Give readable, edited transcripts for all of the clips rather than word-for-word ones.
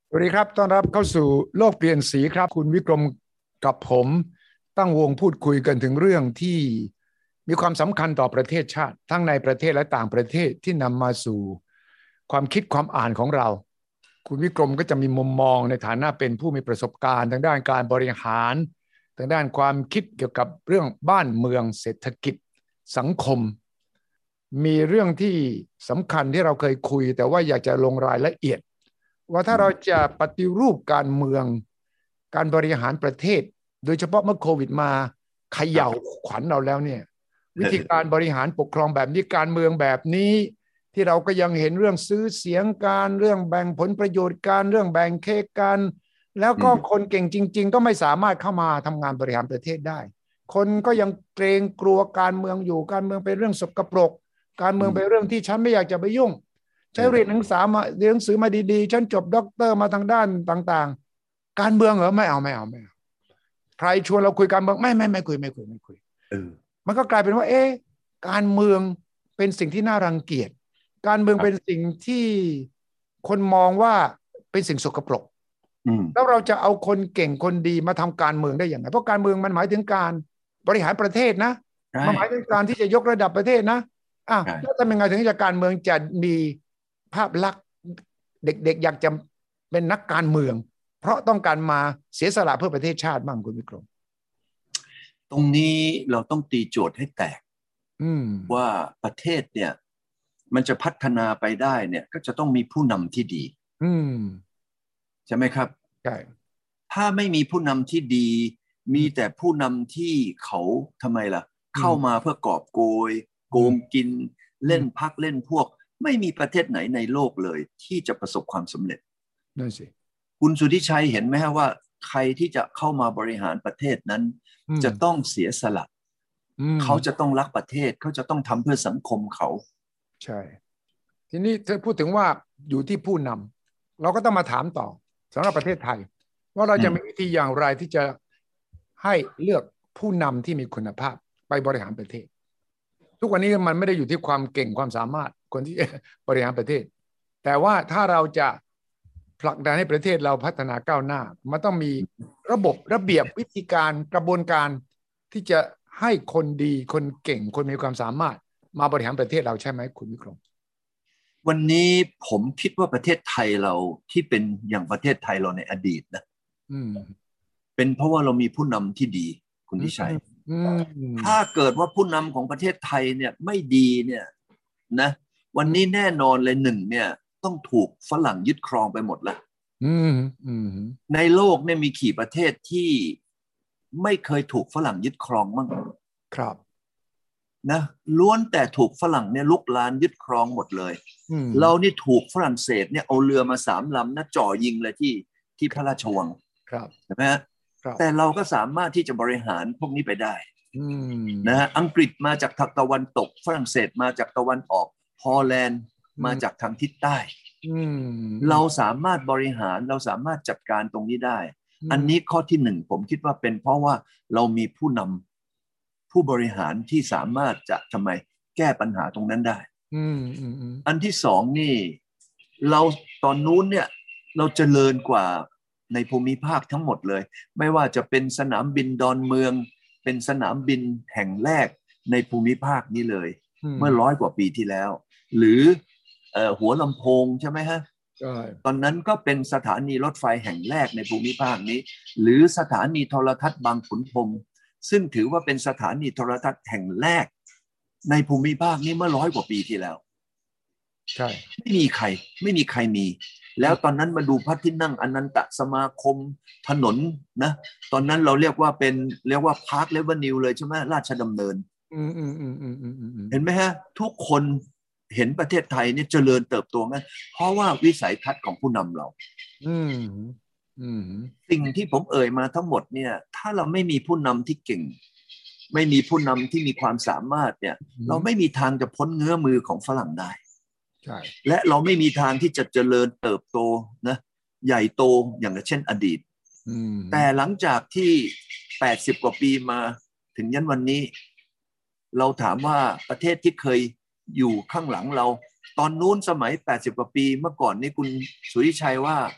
สวัสดีครับต้อนรับเข้าสู่โลกเปลี่ยนสีครับคุณวิกรมกับผมตั้งวงพูดคุยกันถึงเรื่องที่มีความสำคัญต่อประเทศชาติทั้งในประเทศและต่างประเทศที่นำมาสู่ความคิดความอ่านของเราคุณวิกรมก็จะมีมุมมองในฐานะเป็นผู้มีประสบการณ์ทางด้านการบริหารทางด้านความคิดเกี่ยวกับเรื่องบ้านเมืองเศรษฐกิจสังคมมีเรื่องที่สำคัญที่เราเคยคุยแต่ว่าอยากจะลงรายละเอียด ว่าถ้าเราจะปฏิรูปการเมืองการบริหารประเทศโดยเฉพาะเมื่อโควิดมาเขย่าครับขวัญเราแล้วเนี่ยวิธีการบริหารปกครองแบบนี้การเมืองแบบนี้ที่เราก็ยังเห็นเรื่องซื้อเสียงการเรื่องแบ่งผลประโยชน์การเรื่องแบ่งเค้กกันแล้วก็คนเก่งจริงๆก็ไม่สามารถเข้ามาทำงานบริหารประเทศได้คนก็ยังเกรงกลัวการเมืองอยู่การเมืองเป็นเรื่องสกปรกการเมืองเป็นเรื่องที่ฉันไม่อยากจะไปยุ่ง ใช้เรียนหนังสือมาเรียนหนังสือมาดีๆฉันจบด็อกเตอร์มาทางด้านต่างๆการเมืองเหรอไม่เอาใครชวนเราคุยการเมืองไม่คุยเออมันก็กลายเป็นว่าการเมืองเป็นสิ่งที่น่ารังเกียจการเมืองเป็นครับสิ่งที่คนมองว่าเป็นสิ่งสกปรกอืมแล้วเราจะเอาคนเก่งคนดีมาทำการเมืองได้อย่างไรเพราะการเมืองมันหมายถึงการบริหารประเทศนะใช่มันหมายถึงการที่จะยกระดับประเทศนะแล้วใช่ทำยังไงถึงจะการเมืองจะมีภาพลักษณ์เด็กๆอยากจะเป็นนักการเมืองเพราะต้องการมาเสียสละเพื่อประเทศชาติบ้างคุณวิกรมตรงนี้เราต้องตีโจทย์ให้แตกอืมว่าประเทศเนี่ยมันจะพัฒนาไปได้เนี่ยก็จะต้องมีผู้นำที่ดีอืมใช่ไหมครับใช่ถ้าไม่มีผู้นำที่ดีอืมีมแต่ผู้นำที่เขาทำไมล่ะอืมเข้ามาเพื่อกอบโกยโกอืมงกินอืมเล่นพรรคเล่นพวกไม่มีประเทศไหนในโลกเลยที่จะประสบความสำเร็จนั่นสิคุณสุทธิชัยเห็นไหมฮะว่าใครที่จะเข้ามาบริหารประเทศนั้นอืมจะต้องเสียสละอืมเขาจะต้องรักประเทศเขาจะต้องทำเพื่อสังคมเขาใช่ทีนี้เธอพูดถึงว่าอยู่ที่ผู้นำเราก็ต้องมาถามต่อสำหรับประเทศไทยว่าเราอืมจะมีวิธีอย่างไรที่จะให้เลือกผู้นำที่มีคุณภาพไปบริหารประเทศ ทุกวันนี้มันไม่ได้อยู่ที่ความเก่งความสามารถคนที่บริหารประเทศแต่ว่าถ้าเราจะผลักดันให้ประเทศเราพัฒนาก้าวหน้ามันต้องมีระบบระเบียบวิธีการกระบวนการที่จะให้คนดีคนเก่งคนมีความสามารถมาบริหารประเทศเราใช่ไหมคุณวิกรมวันนี้ผมคิดว่าประเทศไทยเราที่เป็นอย่างประเทศไทยเราในอดีตนะอืมเป็นเพราะว่าเรามีผู้นำที่ดีคุณอืมทิชัยอืมถ้าเกิดว่าผู้นำของประเทศไทยเนี่ยไม่ดีเนี่ยนะวันนี้แน่นอนเลยหนึ่งเนี่ยต้องถูกฝรั่งยึดครองไปหมดแล้วอืมอืมในโลกเนี่ยมีกี่ประเทศที่ไม่เคยถูกฝรั่งยึดครองมั่งครับนะล้วนแต่ถูกฝรั่งเนี่ยลุกลานยึดครองหมดเลยอืมเรานี่ถูกฝรั่งเศสเนี่ยเอาเรือมา3 ลำนะจ่อยิงเลยที่พระราชวังครับใช่ไหมฮะครับแต่เราก็สามารถที่จะบริหารพวกนี้ไปได้อืนะฮะมอังกฤษมาจากทางตะวันตกฝรั่งเศสมาจากตะวันออกฮอลแลนด์อืมมาจากทางทิศใต้อืมเราสามารถบริหารเราสามารถจัดการตรงนี้ได้อืมอันนี้ข้อที่หนึ่งผมคิดว่าเป็นเพราะว่าเรามีผู้นำผู้บริหารที่สามารถจะทำไมแก้ปัญหาตรงนั้นได้อืมอืมอืมอันที่สองนี่เราตอนนู้นเนี่ยเราเจริญกว่าในภูมิภาคทั้งหมดเลยไม่ว่าจะเป็นสนามบินดอนเมืองเป็นสนามบินแห่งแรกในภูมิภาคนี้เลยอืมเมื่อ100 กว่าปีที่แล้วหรือหัวลำโพงใช่ไหมฮะใช่ตอนนั้นก็เป็นสถานีรถไฟแห่งแรกในภูมิภาคนี้หรือสถานีโทรทัศน์บางขุนพรหมซึ่งถือว่าเป็นสถานีโทรทัศน์แห่งแรกในภูมิภาคนี้เมื่อ100 กว่าปีที่แล้วใช่ไม่มีใครมีอืแล้วมตอนนั้นมาดูพระที่นั่งอนันตสมาคมถนนนะตอนนั้นเราเรียกว่าพาร์คเลเวนิวเลยใช่ไหมราชดำเนินอืมอืมอืมอืมอืมอืมอืมเห็นไหมฮะทุกคนเห็นประเทศไทยเนี่ยเจริญเติบโตงั้นเพราะว่าวิสัยทัศน์ของผู้นำเราอืมอืมสิ่งที่ผมเอ่ยมาทั้งหมดเนี่ยถ้าเราไม่มีผู้นำที่เก่งไม่มีผู้นำที่มีความสามารถเนี่ยอืมเราไม่มีทางจะพ้นเงื้อมือของฝรั่งได้ใช่และเราไม่มีทางที่จะเจริญเติบโตนะใหญ่โตอย่างเช่นอดีตอืมแต่หลังจากที่80 กว่าปีมาถึงยันวันนี้เราถามว่าประเทศที่เคยอยู่ข้างหลังเราตอนนู้นสมัย80 กว่าปีเมื่อก่อนนี่คุณสุริชัยว่า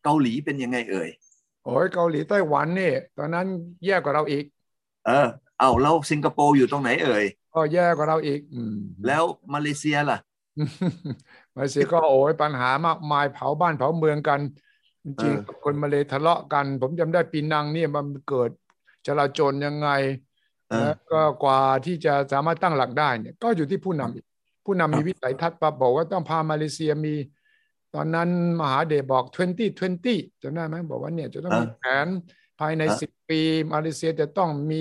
เกาหลีเป็นยังไงเอ่ยโอ้ยเกาหลีไต้หวันนี่ตอนนั้นแย่กว่าเราอีกเออเอาแล้วสิงคโปร์อยู่ตรงไหนเอ่ยก็แย่กว่าเราอีกแล้วมาเลเซียล่ะมาเลเซียก็โอ้ยปัญหามากมายเผาบ้านเผาเมืองกันจริงๆคนมาเลทะเลาะกันผมจำได้ปีนังเนี่ยมันเกิดจลาจลยังไงแล้วก็กว่าที่จะสามารถตั้งหลักได้เนี่ยก็อยู่ที่ผู้นำอีกผู้นำมีวิสัยทัศน์ปะบอกว่าต้องพามาเลเซียมีตอนนั้นมหาเดชบอก2020จำได้ไหมบอกว่าเนี่ยจะต้องมีแผนภายใน10 ปีมาเลเซียจะต้องมี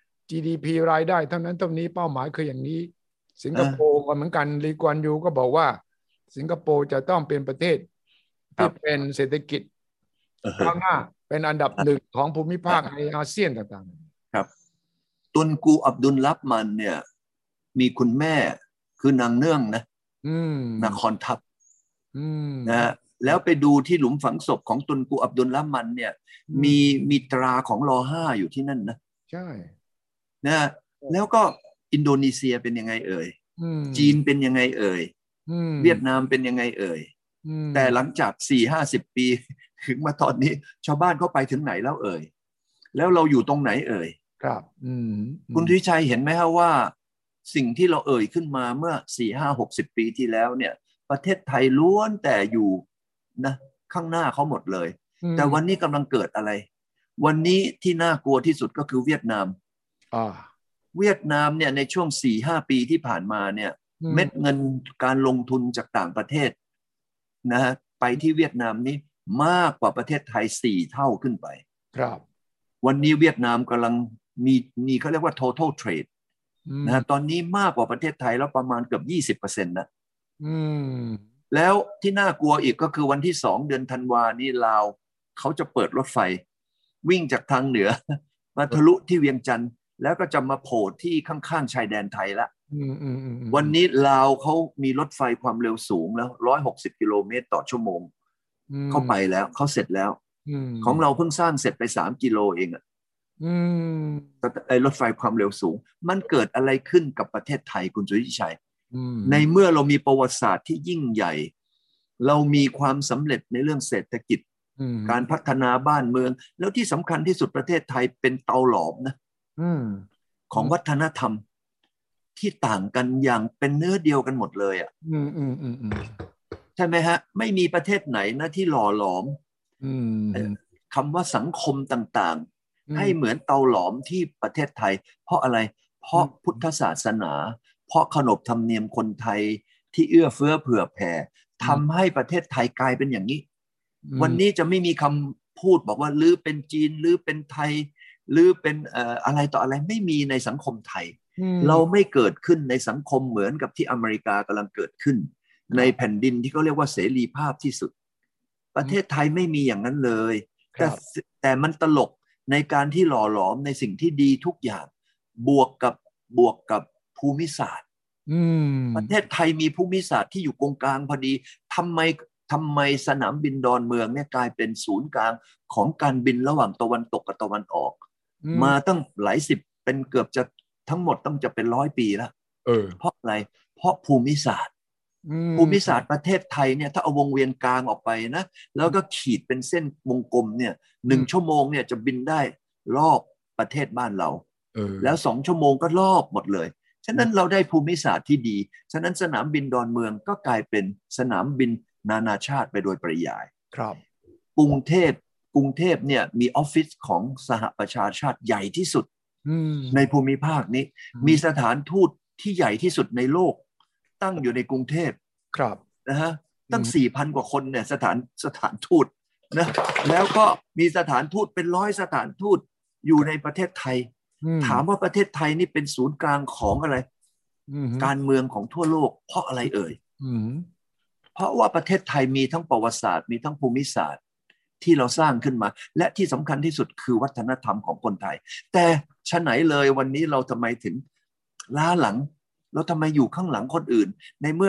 GDP รายได้เท่านั้นเท่านี้เป้าหมายคืออย่างนี้สิงคโปร์ก็เหมือนกันลีกวนยูก็บอกว่าสิงคโปร์จะต้องเป็นประเทศที่เป็นเศรษฐกิจก้าวหน้าเป็นอันดับหนึ่งของภูมิภาคในอาเซียนต่างๆครับตุนกูอับดุลลับมันเนี่ยมีคุณแม่คือนางเนื่องนะนครทัพนะแล้วไปดูที่หลุมฝังศพของตุนกูอับดุลลับมันเนี่ยมีตราของร.5อยู่ที่นั่นนะใช่นะแล้วก็อินโดนีเซียเป็นยังไงเอ่ยจีนเป็นยังไงเอ่ยเวียดนามเป็นยังไงเอ่ยแต่หลังจาก40-50 ปีถึงมาตอนนี้ชาวบ้านเขาไปถึงไหนแล้วเอ่ยแล้วเราอยู่ตรงไหนเอ่ยครับคุณทิชัยเห็นไหมครับว่าสิ่งที่เราเอ่ยขึ้นมาเมื่อ40-60 ปีที่แล้วเนี่ยประเทศไทยล้วนแต่อยู่นะข้างหน้าเขาหมดเลยแต่วันนี้กำลังเกิดอะไรวันนี้ที่น่ากลัวที่สุดก็คือเวียดนามเวียดนามเนี่ยในช่วง4-5 ปีที่ผ่านมาเนี่ยเม็ดเงินการลงทุนจากต่างประเทศนะฮะไปที่เวียดนามนี้มากกว่าประเทศไทย4 เท่าขึ้นไปครับวันนี้เวียดนามกำลังมีเขาเรียกว่า total trade นะตอนนี้มากกว่าประเทศไทยแล้วประมาณเกือบ 20%นะแล้วที่น่ากลัวอีกก็คือวันที่2 เดือนธันวานี้ลาวเขาจะเปิดรถไฟวิ่งจากทางเหนือมาทะลุที่เวียงจันทร์แล้วก็จะมาโผล่ที่ข้างๆชายแดนไทยละวันนี้ลาวเขามีรถไฟความเร็วสูงแล้ว160 กิโลเมตรต่อชั่วโมงเข้าไปแล้วเขาเสร็จแล้วของเราเพิ่งสร้างเสร็จไป3 กิโลเองไอ้รถไฟความเร็วสูงมันเกิดอะไรขึ้นกับประเทศไทยคุณสุทธิชัยในเมื่อเรามีประวัติศาสตร์ที่ยิ่งใหญ่เรามีความสำเร็จในเรื่องเศรษฐกิจการพัฒนาบ้านเมืองแล้วที่สำคัญที่สุดประเทศไทยเป็นเตาหลอมนะของวัฒนธรรมที่ต่างกันอย่างเป็นเนื้อเดียวกันหมดเลยอ่ะใช่ไหมฮะไม่มีประเทศไหนนะที่หล่อหลอมคำว่าสังคมต่างๆให้เหมือนเตาหลอมที่ประเทศไทยเพราะอะไรเพราะพุทธศาสนาเพราะขนบธรรมเนียมคนไทยที่เอื้อเฟื้อเผื่อแผ่ทำให้ประเทศไทยกลายเป็นอย่างนี้วันนี้จะไม่มีคำพูดบอกว่าหรือเป็นจีนหรือเป็นไทยหรือเป็นอะไรต่ออะไรไม่มีในสังคมไทยเราไม่เกิดขึ้นในสังคมเหมือนกับที่อเมริกากำลังเกิดขึ้นในแผ่นดินที่เขาเรียกว่าเสรีภาพที่สุดประเทศไทยไม่มีอย่างนั้นเลยแต่มันตลกในการที่หล่อหลอมในสิ่งที่ดีทุกอย่างบวกกับภูมิศาสตร์ประเทศไทยมีภูมิศาสตร์ที่อยู่ตรงกลางพอดีทำไมสนามบินดอนเมืองเนี่ยกลายเป็นศูนย์กลางของการบินระหว่างตะวันตกกับตะวันออกมาตั้งหลายสิบเป็นเกือบจะทั้งหมดต้องจะเป็น100 ปีแล้วเพราะอะไรเพราะภูมิศาสตร์ประเทศไทยเนี่ยถ้าเอาวงเวียนกลางออกไปนะแล้วก็ขีดเป็นเส้นวงกลมเนี่ย1 ชั่วโมงเนี่ยจะบินได้รอบประเทศบ้านเราแล้ว2 ชั่วโมงก็รอบหมดเลยฉะนั้นเราได้ภูมิศาสตร์ที่ดีฉะนั้นสนามบินดอนเมืองก็กลายเป็นสนามบินนานาชาติไปโดยปริยายครับกรุงเทพเนี่ยมีออฟฟิศของสหประชาชาติใหญ่ที่สุดในภูมิภาคนี้มีสถานทูตที่ใหญ่ที่สุดในโลกตั้งอยู่ในกรุงเทพครับนะฮะตั้ง 4,000 กว่าคนเนี่ยสถานทูตนะแล้วก็มีสถานทูตเป็น100 สถานทูตอยู่ในประเทศไทยถามว่าประเทศไทยนี่เป็นศูนย์กลางของอะไรการเมืองของทั่วโลกเพราะอะไรเอ่ยเพราะว่าประเทศไทยมีทั้งประวัติศาสตร์มีทั้งภูมิศาสตร์ที่เราสร้างขึ้นมาและที่สำคัญที่สุดคือวัฒนธรรมของคนไทยแต่ฉะไหนเลยวันนี้เราทำไมถึงล้าหลังเราทำไมอยู่ข้างหลังคนอื่นในเมื่อ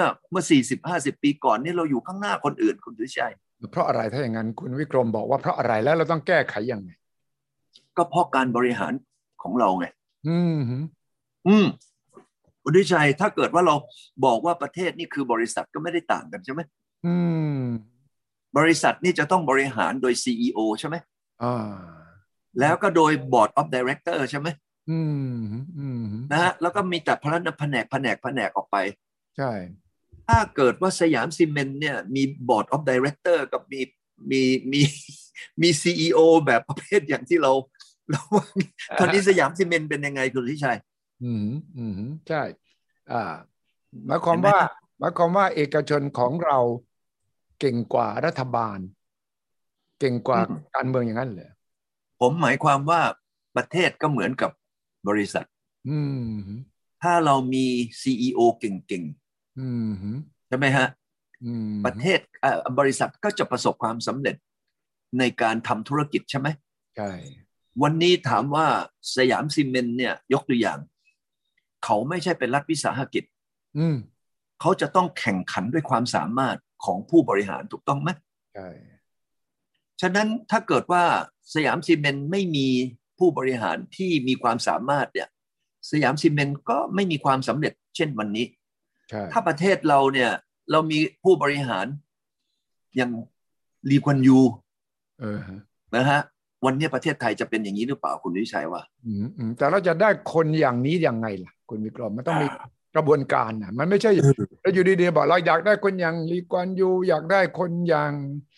40-50 ปีก่อนนี่เราอยู่ข้างหน้าคนอื่นคุณดุชัยเพราะอะไรถ้าอย่างนั้นคุณวิกรมบอกว่าเพราะอะไรแล้วเราต้องแก้ไขยังไงก็เพราะการบริหารของเราไงคุณดุชัยถ้าเกิดว่าเราบอกว่าประเทศนี่คือบริษัทก็ไม่ได้ต่างกันใช่ไหมบริษัทนี่จะต้องบริหารโดย CEO ใช่ไหมอ่าแล้วก็โดย Board of Director ใช่ไหมอืมอืมนะฮะแล้วก็มีแต่พนักแผนกออกไปใช่ถ้าเกิดว่าสยามซีเมนต์เนี่ยมี Board of Director กับมีมีมีซีอีโอแบบประเภทอย่างที่เราตอนนี้สยามซีเมนต์เป็นยังไงคุณทิชัยอืมอืมใช่อ่าหมายความเห็นไหมว่าหมายความว่าเอกชนของเราเก่งกว่ารัฐบาลเก่งกว่าอืมการเมืองอย่างนั้นเหรอผมหมายความว่าประเทศก็เหมือนกับบริษัทอืมถ้าเรามี CEO เก่งอืมๆใช่ไหมฮะอืประเทมศบริษัทก็จะประสบความสำเร็จในการทำธุรกิจใช่ไหมใช่วันนี้ถามว่าสยามซีเมนต์เนี่ยยกตัวอย่างเขาไม่ใช่เป็นรัฐวิสาหกิจอืมเขาจะต้องแข่งขันด้วยความสามารถของผู้บริหารถูกต้องไหมใช่ฉะนั้นถ้าเกิดว่าสยามซีเมนต์ไม่มีผู้บริหารที่มีความสามารถเนี่ยสยามซีเมนต์ก็ไม่มีความสำเร็จเช่นวันนี้ใช่ถ้าประเทศเราเนี่ยเรามีผู้บริหารอย่างลีกวนยูเออฮะนะฮะวันนี้ประเทศไทยจะเป็นอย่างนี้หรือเปล่าคุณวิชัยว่าแต่เราจะได้คนอย่างนี้ยังไงล่ะคุณวิกรมมันต้องมีกระบวนการนะมันไม่ใช่เราอยู่ดีๆบอกเราอยากได้คนอย่างลีกวานยูอยากได้คนอย่าง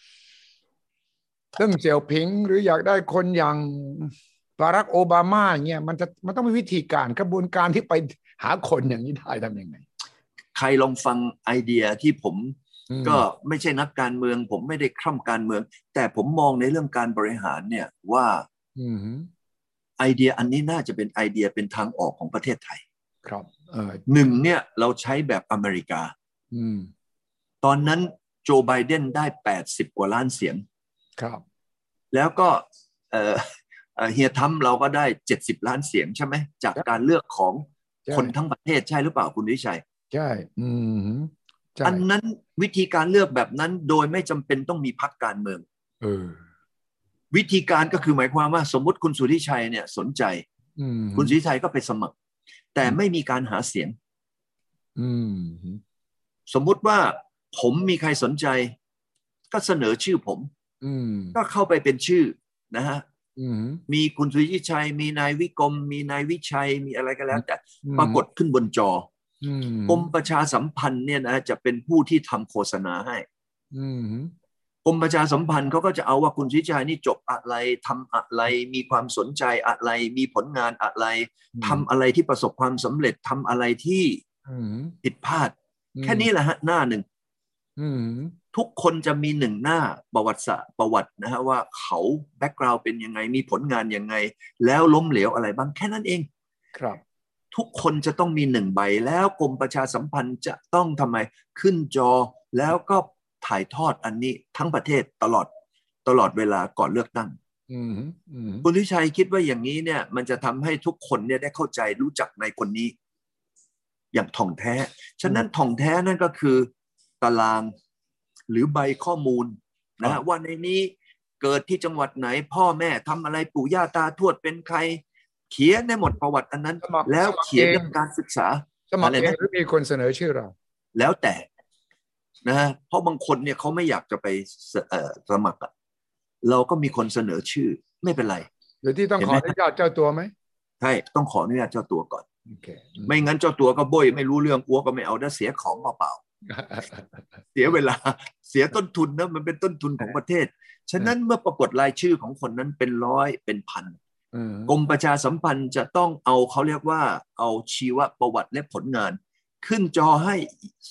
เรื่องเสี่ยวผิงหรืออยากได้คนอย่างบารักโอบามาเงี้ยมันต้องมีวิธีการกระบวนการที่ไปหาคนอย่างนี้ได้ทำยังไงใครลองฟังไอเดียที่ผมอืมก็ไม่ใช่นักการเมืองผมไม่ได้คร่ำการเมืองแต่ผมมองในเรื่องการบริหารเนี่ยว่าอืมไอเดียอันนี้น่าจะเป็นไอเดียเป็นทางออกของประเทศไทยครับหนึ่งเนี่ยเราใช้แบบอเมริกาอืมตอนนั้นโจไบเดนได้80กว่าล้านเสียงครับแล้วก็เฮียทัมป์เราก็ได้70ล้านเสียงใช่ไหมจากใช่การเลือกของใช่คนทั้งประเทศใช่หรือเปล่าคุณวิชัยใช่อืมใช่อันนั้นวิธีการเลือกแบบนั้นโดยไม่จำเป็นต้องมีพรรคการเมืองเออวิธีการก็คือหมายความว่าสมมุติคุณสุทธิชัยเนี่ยสนใจอืคุณสุทธิมชัยก็ไปสมัครแต่ไม่มีการหาเสียงอืมสมมุติว่าผมมีใครสนใจก็เสนอชื่อผมอืมก็เข้าไปเป็นชื่อนะฮะอืมมีคุณสุทธิชัยมีนายวิกรมมีนายวิชัยมีอะไรก็แล้วแต่อืมปรากฏขึ้นบนจออืกรมมประชาสัมพันธ์เนี่ยนะจะเป็นผู้ที่ทำโฆษณาให้อืมกรมประชาสัมพันธ์เขาก็จะเอาว่าคุณสุทธิชัยนี่จบอะไรทำอะไรมีความสนใจอะไรมีผลงานอะไรอืมทำอะไรที่ประสบความสำเร็จทำอะไรที่อืมผิดพลาดอืมแค่นี้แหละฮะหน้าหนึ่งอืมทุกคนจะมีหนึ่งหน้าประวัติศาสตร์ประวัตินะฮะว่าเขาแบ็กกราวด์เป็นยังไงมีผลงานยังไงแล้วล้มเหลวอะไรบ้างแค่นั้นเองครับทุกคนจะต้องมีหนึ่งใบแล้วกรมประชาสัมพันธ์จะต้องทำไมขึ้นจอแล้วก็ถ่ายทอดอันนี้ทั้งประเทศตลอดเวลาก่อนเลือกตั้งอืมอืมคุณทิชัยคิดว่าอย่างนี้เนี่ยมันจะทำให้ทุกคนเนี่ยได้เข้าใจรู้จักในคนนี้อย่างถ่องแท้ฉะนั้นถ่องแท้นั่นก็คือตารางหรือใบข้อมูลนะว่าในนี้เกิดที่จังหวัดไหนพ่อแม่ทำอะไรปู่ย่าตาทวดเป็นใครเขียนในหมดประวัติอันนั้นแล้วเขียนเรื่องการศึกษาสมัครเองอะไรนะหรือมีคนเสนอชื่อเราแล้วแต่นะฮะเพราะบางคนเนี่ยเขาไม่อยากจะไปสมัครเราก็มีคนเสนอชื่อไม่เป็นไรหรือที่ต้องเห็นไหมขออนุญาตเจ้าตัวไหมใช่ต้องขออนุญาตเจ้าตัวก่อนโอเคไม่งั้นเจ้าตัวก็โบยไม่รู้เรื่องอ้วก็ไม่เอาได้เสียของเปล่าเสียเวลาเสียต้นทุนนะมันเป็นต้นทุนของประเทศฉะนั้นเมื่อปรากฏรายชื่อของคนนั้นเป็นร้อยเป็นพันกรมประชาสัมพันธ์จะต้องเอาเขาเรียกว่าเอาชีวประวัติและผลงานขึ้นจอให้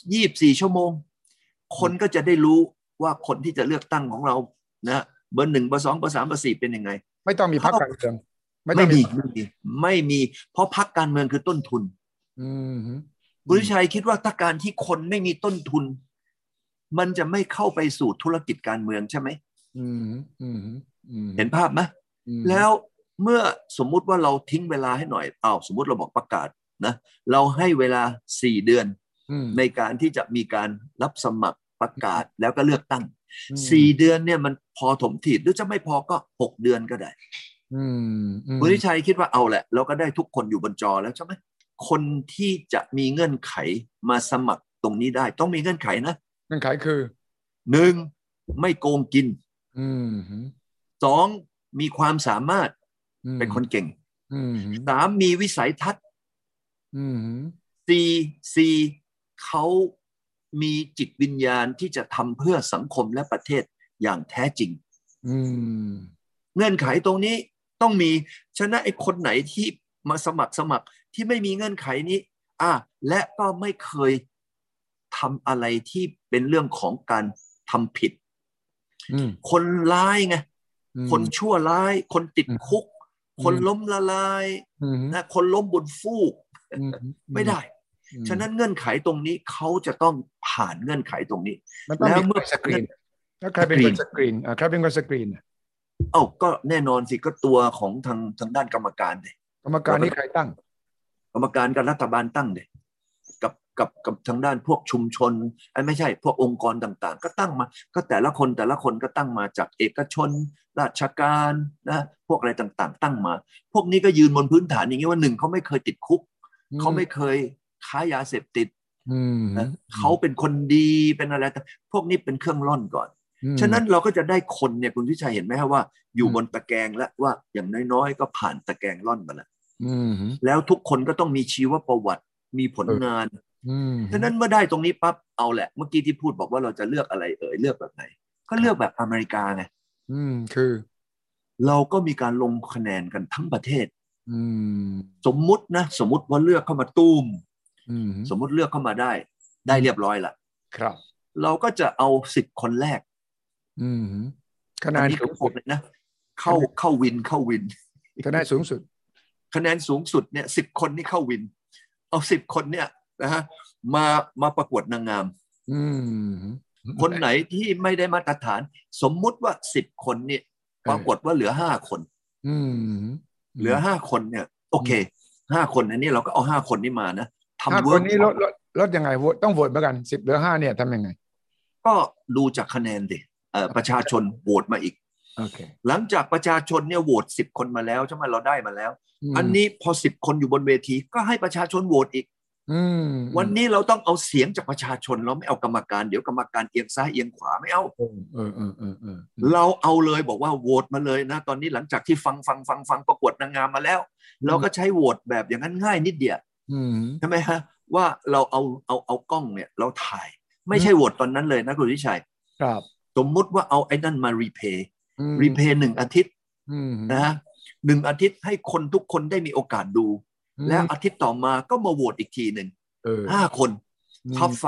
24ชั่วโมงคนก็จะได้รู้ว่าคนที่จะเลือกตั้งของเรานะเบอร์หนึ่งเบอร์สองเบอร์สามเบอร์สี่เป็นยังไงไม่ต้องมีพรรคการเมืองไม่มีเพราะพรรคการเมืองคือต้นทุนอืมบุริชัยคิดว่าถ้าการที่คนไม่มีต้นทุนมันจะไม่เข้าไปสู่ธุรกิจการเมืองใช่ไหมเห็นภาพไหมแล้วเมื่อสมมุติว่าเราทิ้งเวลาให้หน่อยสมมุติเราบอกประกาศนะเราให้เวลา4 เดือนในการที่จะมีการรับสมัครประกาศแล้วก็เลือกตั้ง4 เดือนเนี่ยมันพอถมถีบหรือจะไม่พอก็6 เดือนก็ได้บุริชัยคิดว่าเอาแหละเราก็ได้ทุกคนอยู่บนจอแล้วใช่ไหมคนที่จะมีเงื่อนไขมาสมัครตรงนี้ได้ต้องมีเงื่อนไขนะเงื่อนไขคือหนึ่งไม่โกงกินอืมสองมีความสามารถอืมเป็นคนเก่งอืมสามมีวิสัยทัศน์อืมสี่เขามีจิตวิญญาณที่จะทำเพื่อสังคมและประเทศอย่างแท้จริงอืมเงื่อนไขตรงนี้ต้องมีฉะนั้นไอ้คนไหนที่มาสมัครที่ไม่มีเงื่อนไขนี้และก็ไม่เคยทำอะไรที่เป็นเรื่องของการทำผิดอืมคนร้ายไงอืมคนชั่วร้ายคนติดคุกคนล้มละลายอืมนะคนล้มบนฟูกอืมไม่ได้ฉะนั้นเงื่อนไขตรงนี้เขาจะต้องผ่านเงื่อนไขตรงนี้มันต้องมีใครสกรีนแล้วใครเป็นคนสกรีนใครเป็นคนสกรีนก็แน่นอนสิก็ตัวของทางด้านกรรมการเลยกรรมการนี่ใครตั้งกรรมการกับรัฐบาลตั้งเลยกับทางด้านพวกชุมชนไม่ใช่พวกองค์กรต่างๆก็ตั้งมาก็แต่ละคนก็ตั้งมาจากเอกชนราชการนะพวกอะไรต่างๆตั้งมาพวกนี้ก็ยืนบนพื้นฐานอย่างนี้ว่าหนึ่งเขาไม่เคยติดคุกเขาไม่เคยค้ายาเสพติดนะเขาเป็นคนดีเป็นอะไรพวกนี้เป็นเครื่องร่อนก่อนฉะนั้นเราก็จะได้คนเนี่ยคุณทิชัยเห็นไหมครับว่าอยู่บนตะแกรงแล้วว่าอย่างน้อยๆก็ผ่านตะแกรงร่อนมาแล้วทุกคนก็ต้องมีชีวประวัติมีผลงานฉะนั้นเมื่อได้ตรงนี้ปั๊บเอาแหละเมื่อกี้ที่พูดบอกว่าเราจะเลือกอะไรเลือกแบบไหนก็เลือกแบบอเมริกาไงคือเราก็มีการลงคะแนนกันทั้งประเทศสมมุติว่าเลือกเข้ามาตุ้มสมมุติเลือกเข้ามาได้เรียบร้อยละครับเราก็จะเอา10 คนแรกคะแนนสูงสุดเลยนะเข้าวินคะแนนสูงสุดคะแนนสูงสุดเนี่ย10 คนนี่เข้าวินเอา10 คนเนี่ยนะฮะมาประกวดนางงามคนไหนที่ไม่ได้มาตรฐานสมมุติว่า10 คนนี่ปรากฏว่าเหลือ5 คนเหลือ5 คนเนี่ยโอเค5 คนอันนี้เราก็เอา5 คนนี้มานะทำเวิร์กนี้ลดยังไงต้องโหวตเหมือนกัน10เหลือ5เนี่ยทำยังไงก็ดูจากคะแนนดิประชาชนโหวตมาอีกหลังจากประชาชนเนี่ยโหวต10 คนมาแล้วใช่ไหมเราได้มาแล้วอันนี้พอ10 คนอยู่บนเวทีก็ให้ประชาชนโหวตอีกวันนี้เราต้องเอาเสียงจากประชาชนเราไม่เอากรรมการเดี๋ยวกรรมการเอียงซ้ายเอียงขวาไม่เอาเราเอาเลยบอกว่าโหวตมาเลยนะตอนนี้หลังจากที่ฟังประกวดนางงามมาแล้วเราก็ใช้โหวตแบบอย่างนั้นง่ายนิดเดียวใช่ไหมฮะว่าเราเอากล้องเนี่ยเราถ่ายไม่ใช่โหวตตอนนั้นเลยนะคุณวิชัยครับสมมุติว่าเอาไอ้นั่นมารีเพย์1 อาทิตย์นะฮะ1 อาทิตย์ให้คนทุกคนได้มีโอกาสดูแล้วอาทิตย์ต่อมาก็มาโหวตอีกทีหนึ่ง5 คนท็อป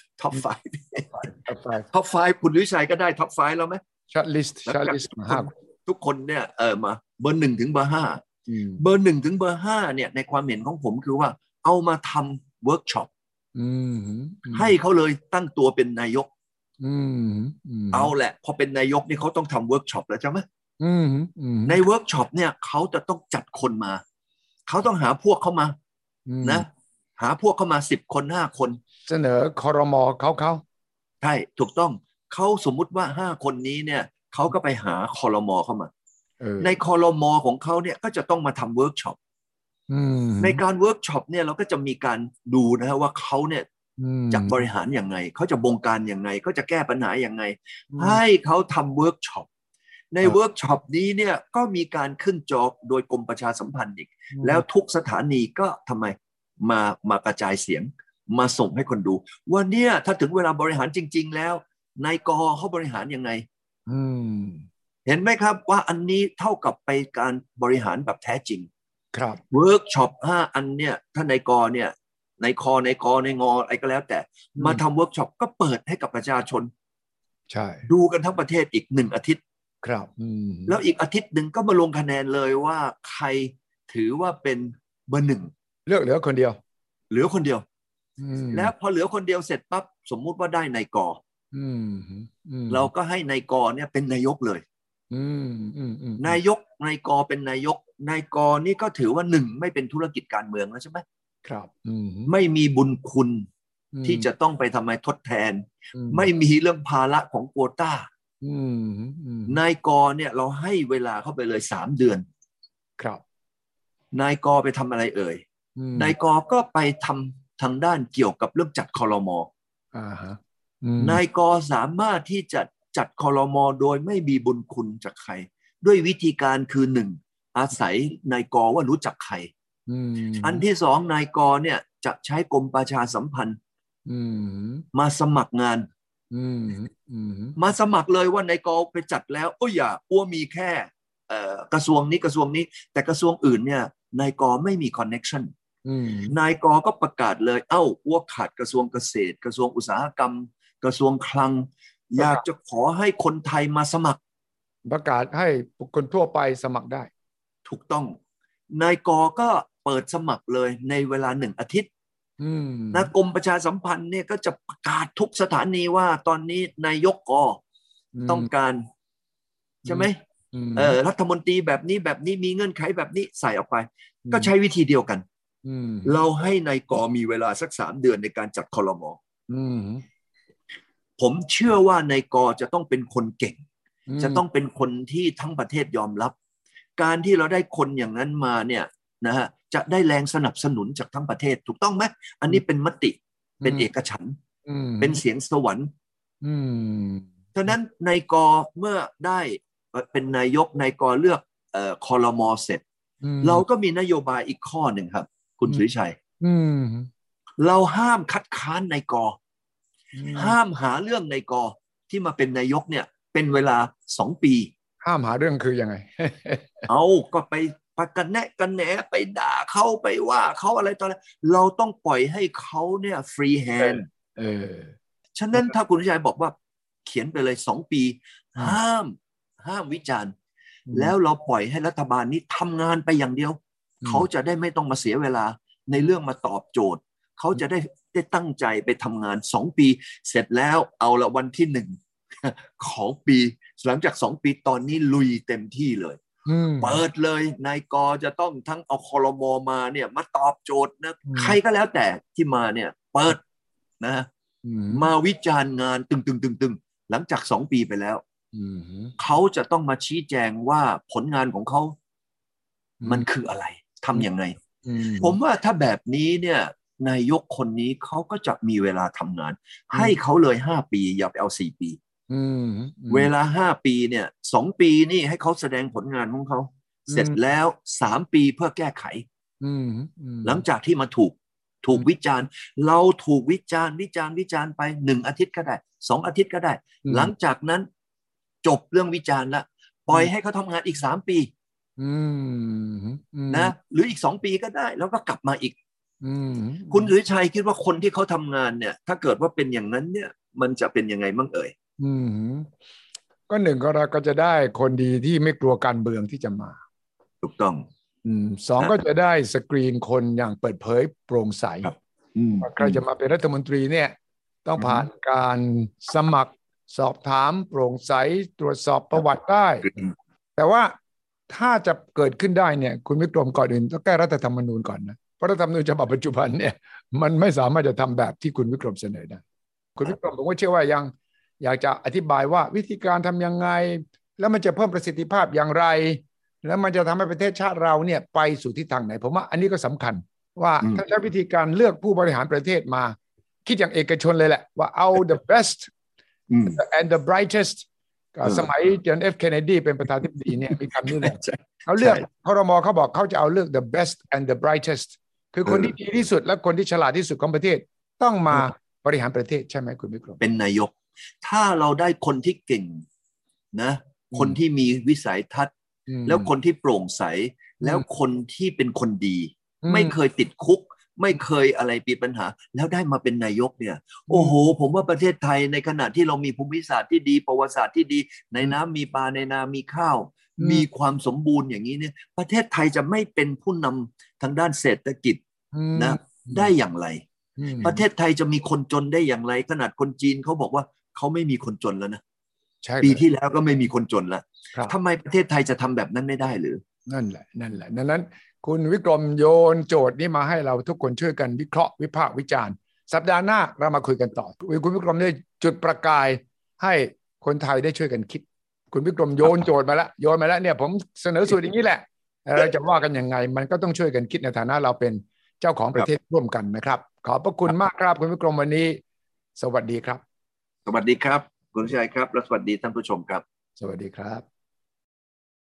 5คุณวิชัยก็ได้ท็อป5แล้วไหมช็อตลิสต์ทุกคนเนี่ยมาเบอร์ 1 ถึงเบอร์ 5เบอร์ 1 ถึงเบอร์ 5เนี่ยในความเห็นของผมคือว่าเอามาทำเวิร์กช็อปให้เขาเลยตั้งตัวเป็นนายกเอาแหละพอเป็นนายกนี่เขาต้องทำเวิร์กช็อปแล้วใช่ไหมในเวิร์กช็อปเนี่ยเขาจะต้องจัดคนมาเขาต้องหาพวกเข้ามานะหาพวกเข้ามา10 คน5 คนเสนอครม.เขาใช่ถูกต้องเขาสมมุติว่า5 คนนี้เนี่ยเขาก็ไปหาครม.เข้ามาในครม.ของเขาเนี่ยก็จะต้องมาทำเวิร์กช็อปในการเวิร์กช็อปเนี่ยเราก็จะมีการดูนะว่าเขาเนี่ยจะบริหารอย่างไงเขาจะบงการอย่างไงเขาจะแก้ปัญหาอย่างไงให้เขาทำเวิร์กช็อปในเวิร์กช็อปนี้เนี่ยก็มีการขึ้นจอโดยกรมประชาสัมพันธ์อีกแล้วทุกสถานีก็ทำไมมากระจายเสียงมาส่งให้คนดูว่าเนี่ยถ้าถึงเวลาบริหารจริงๆแล้วนายกเขาบริหารยังไงเห็นไหมครับว่าอันนี้เท่ากับไปการบริหารแบบแท้จริงครับเวิร์กช็อป5 อันเนี่ยถ้านายกเนี่ยนายกนายงอะไรก็แล้วแต่มาทำเวิร์กช็อปก็เปิดให้กับประชาชนใช่ดูกันทั้งประเทศอีก1 อาทิตย์ครับแล้วอีกอาทิตย์หนึ่งก็มาลงคะแนนเลยว่าใครถือว่าเป็นเบอร์ 1 เหลือคนเดียวแล้วพอเหลือคนเดียวเสร็จปั๊บสมมุติว่าได้นายกเราก็ให้นายกเนี่ยเป็นนายกเลยนายกเป็นนายกนี่ก็ถือว่า1ไม่เป็นธุรกิจการเมืองแล้วใช่ไหมครับไม่มีบุญคุณที่จะต้องไปทำไมทดแทนไม่มีเรื่องภาระของโควต้านายกเนี่ยเราให้เวลาเข้าไปเลย3 เดือนครับนายกไปทำอะไรนายกก็ไปทำทางด้านเกี่ยวกับเรื่องจัดครม.นายกสามารถที่จะจัดครม.โดยไม่มีบุญคุณจากใครด้วยวิธีการคือหนึ่งอาศัยนายกว่ารู้จักใครอันที่สองนายกเนี่ยจะใช้กรมประชาสัมพันธ์มาสมัครงานมาสมัครเลยว่านายกไปจัดแล้วอย่าอ้วมีแค่กระทรวงนี้กระทรวงนี้แต่กระทรวงอื่นเนี่ยนายกไม่มีคอนเน็กชันนายกก็ประกาศเลยอ้วขาดกระทรวงเกษตรกระทรวงอุตสาหกรรมกระทรวงคลังอยากจะขอให้คนไทยมาสมัครประกาศให้บุคคลทั่วไปสมัครได้ถูกต้องนายกก็เปิดสมัครเลยในเวลา1 อาทิตย์นะกรมประชาสัมพันธ์เนี่ยก็จะประกาศทุกสถานีว่าตอนนี้นายกต้องการใช่ไหมรัฐมนตรีแบบนี้มีเงื่อนไขแบบนี้ใส่ออกไปก็ใช้วิธีเดียวกันเราให้นายกมีเวลาสัก3 เดือนในการจัดครม.ผมเชื่อว่านายกจะต้องเป็นคนเก่งจะต้องเป็นคนที่ทั้งประเทศยอมรับการที่เราได้คนอย่างนั้นมาเนี่ยนะฮะจะได้แรงสนับสนุนจากทั้งประเทศถูกต้องไหมอันนี้เป็นมติเป็นเอกฉันท์เป็นเสียงสวรรค์ฉะนั้นนายกเมื่อได้เป็นนายกนายกเลือกครม.เสร็จเราก็มีนโยบายอีกข้อหนึ่งครับคุณสุริชัยเราห้ามคัดค้านนายกห้ามหาเรื่องนายกที่มาเป็นนายกเนี่ยเป็นเวลา2 ปีห้ามหาเรื่องคือยังไงก็ไปกันแนะกันแหนไปด่าเขาไปว่าเขาอะไรตอนนั้นเราต้องปล่อยให้เขาเนี่ยฟรีแฮนด์ฉะนั้นถ้าคุณชัยบอกว่าเขียนไปเลย2 ปีห้ามวิจารณ์แล้วเราปล่อยให้รัฐบาลนี้ทำงานไปอย่างเดียวเขาจะได้ไม่ต้องมาเสียเวลาในเรื่องมาตอบโจทย์เขาจะได้ตั้งใจไปทำงาน2 ปีเสร็จแล้วเอาละวันที่1ของปีหลังจาก2 ปีตอนนี้ลุยเต็มที่เลยเปิดเลยนายกจะต้องทั้งเอาครม.มาเนี่ยมาตอบโจทย์นะใครก็แล้วแต่ที่มาเนี่ยเปิดนะมาวิจารณ์งานตึงหลังจาก2 ปีไปแล้วเขาจะต้องมาชี้แจงว่าผลงานของเขามันคืออะไรทำยังไงผมว่าถ้าแบบนี้เนี่ยนายกคนนี้เขาก็จะมีเวลาทำงานให้เขาเลย5 ปีอย่าไปเอา4 ปีเวลา5 ปีเนี่ย2 ปีนี่ให้เขาแสดงผลงานของเขาเสร็จแล้ว3 ปีเพื่อแก้ไขหลังจากที่มาถูกวิจารณ์เราถูกวิจารณ์ไป1 อาทิตย์ก็ได้2 อาทิตย์ก็ได้หลังจากนั้นจบเรื่องวิจารณ์ละปล่อยให้เขาทำงานอีก3 ปีนะหรืออีก2 ปีก็ได้แล้วก็กลับมาอีกคุณสุริชัยคิดว่าคนที่เขาทำงานเนี่ยถ้าเกิดว่าเป็นอย่างนั้นเนี่ยมันจะเป็นยังไงบ้างเอ่ยก็1ก็เราก็จะได้คนดีที่ไม่กลัวการเมืองที่จะมาถูกต้อง 2ก็จะได้สกรีนคนอย่างเปิดเผยโปร่งใสใครจะมาเป็นรัฐมนตรีเนี่ยต้องผ่านการสมัครสอบถามโปร่งใสตรวจสอบประวัติได้แต่ว่าถ้าจะเกิดขึ้นได้เนี่ยคุณวิกรมก่อนอื่นต้องแก้รัฐธรรมนูญก่อนนะเพราะรัฐธรรมนูญฉบับปัจจุบันเนี่ยมันไม่สามารถจะทำแบบที่คุณวิกรมเสนอได้คุณวิกรมผมก็เชื่อว่ายังอยากจะอธิบายว่าวิธีการทำยังไงแล้วมันจะเพิ่มประสิทธิภาพอย่างไรแล้วมันจะทำให้ประเทศชาติเราเนี่ยไปสู่ทิศทางไหนผมว่าอันนี้ก็สำคัญว่าถ้าใช้วิธีการเลือกผู้บริหารประเทศมาคิดอย่างเอกชนเลยแหละว่าเอา the best and the brightest สมัยจอห์น F. Kennedy เป็นประธานาธิบดีเนี่ยมีคำนี้เลยเขาเลือกครม.เขาบอกเขาจะเอาเลือก the best and the brightest คือคนที่ดีที่สุดและคนที่ฉลาดที่สุดของประเทศต้องมาบริหารประเทศใช่ไหมคุณวิกรมเป็นนายกถ้าเราได้คนที่เก่งนะคนที่มีวิสัยทัศน์แล้วคนที่โปร่งใสแล้วคนที่เป็นคนดีไม่เคยติดคุกไม่เคยอะไรปีปัญหาแล้วได้มาเป็นนายกเนี่ยโอ้โหผมว่าประเทศไทยในขณะที่เรามีภูมิศาสตร์ที่ดีประวัติศาสตร์ที่ดีในน้ำมีปลาในนามีข้าวมีความสมบูรณ์อย่างนี้เนี่ยประเทศไทยจะไม่เป็นผู้นำทางด้านเศรษฐกิจนะได้อย่างไรประเทศไทยจะมีคนจนได้อย่างไรขนาดคนจีนเขาบอกว่าเขาไม่มีคนจนแล้วนะปีที่แล้วก็ไม่มีคนจนแล้วทำไมประเทศไทยจะทำแบบนั้นไม่ได้หรือนั่นแหละดังนั้นคุณวิกรมโยนโจทย์นี้มาให้เราทุกคนช่วยกันวิเคราะห์วิพากษ์วิจารณ์สัปดาห์หน้าเรามาคุยกันต่อคุณวิกรมได้จุดประกายให้คนไทยได้ช่วยกันคิดคุณวิกรมโยนโจทย์มาแล้วเนี่ยผมเสนอสูตรอย่างนี้แหละเราจะว่ากันยังไงมันก็ต้องช่วยกันคิดในฐานะเราเป็นเจ้าของประเทศร่วมกันนะครับขอบพระคุณมากครับคุณวิกรมวันนี้สวัสดีครับสวัสดีครับคุณชัยครับและสวัสดีท่านผู้ชมครับสวัสดีครับ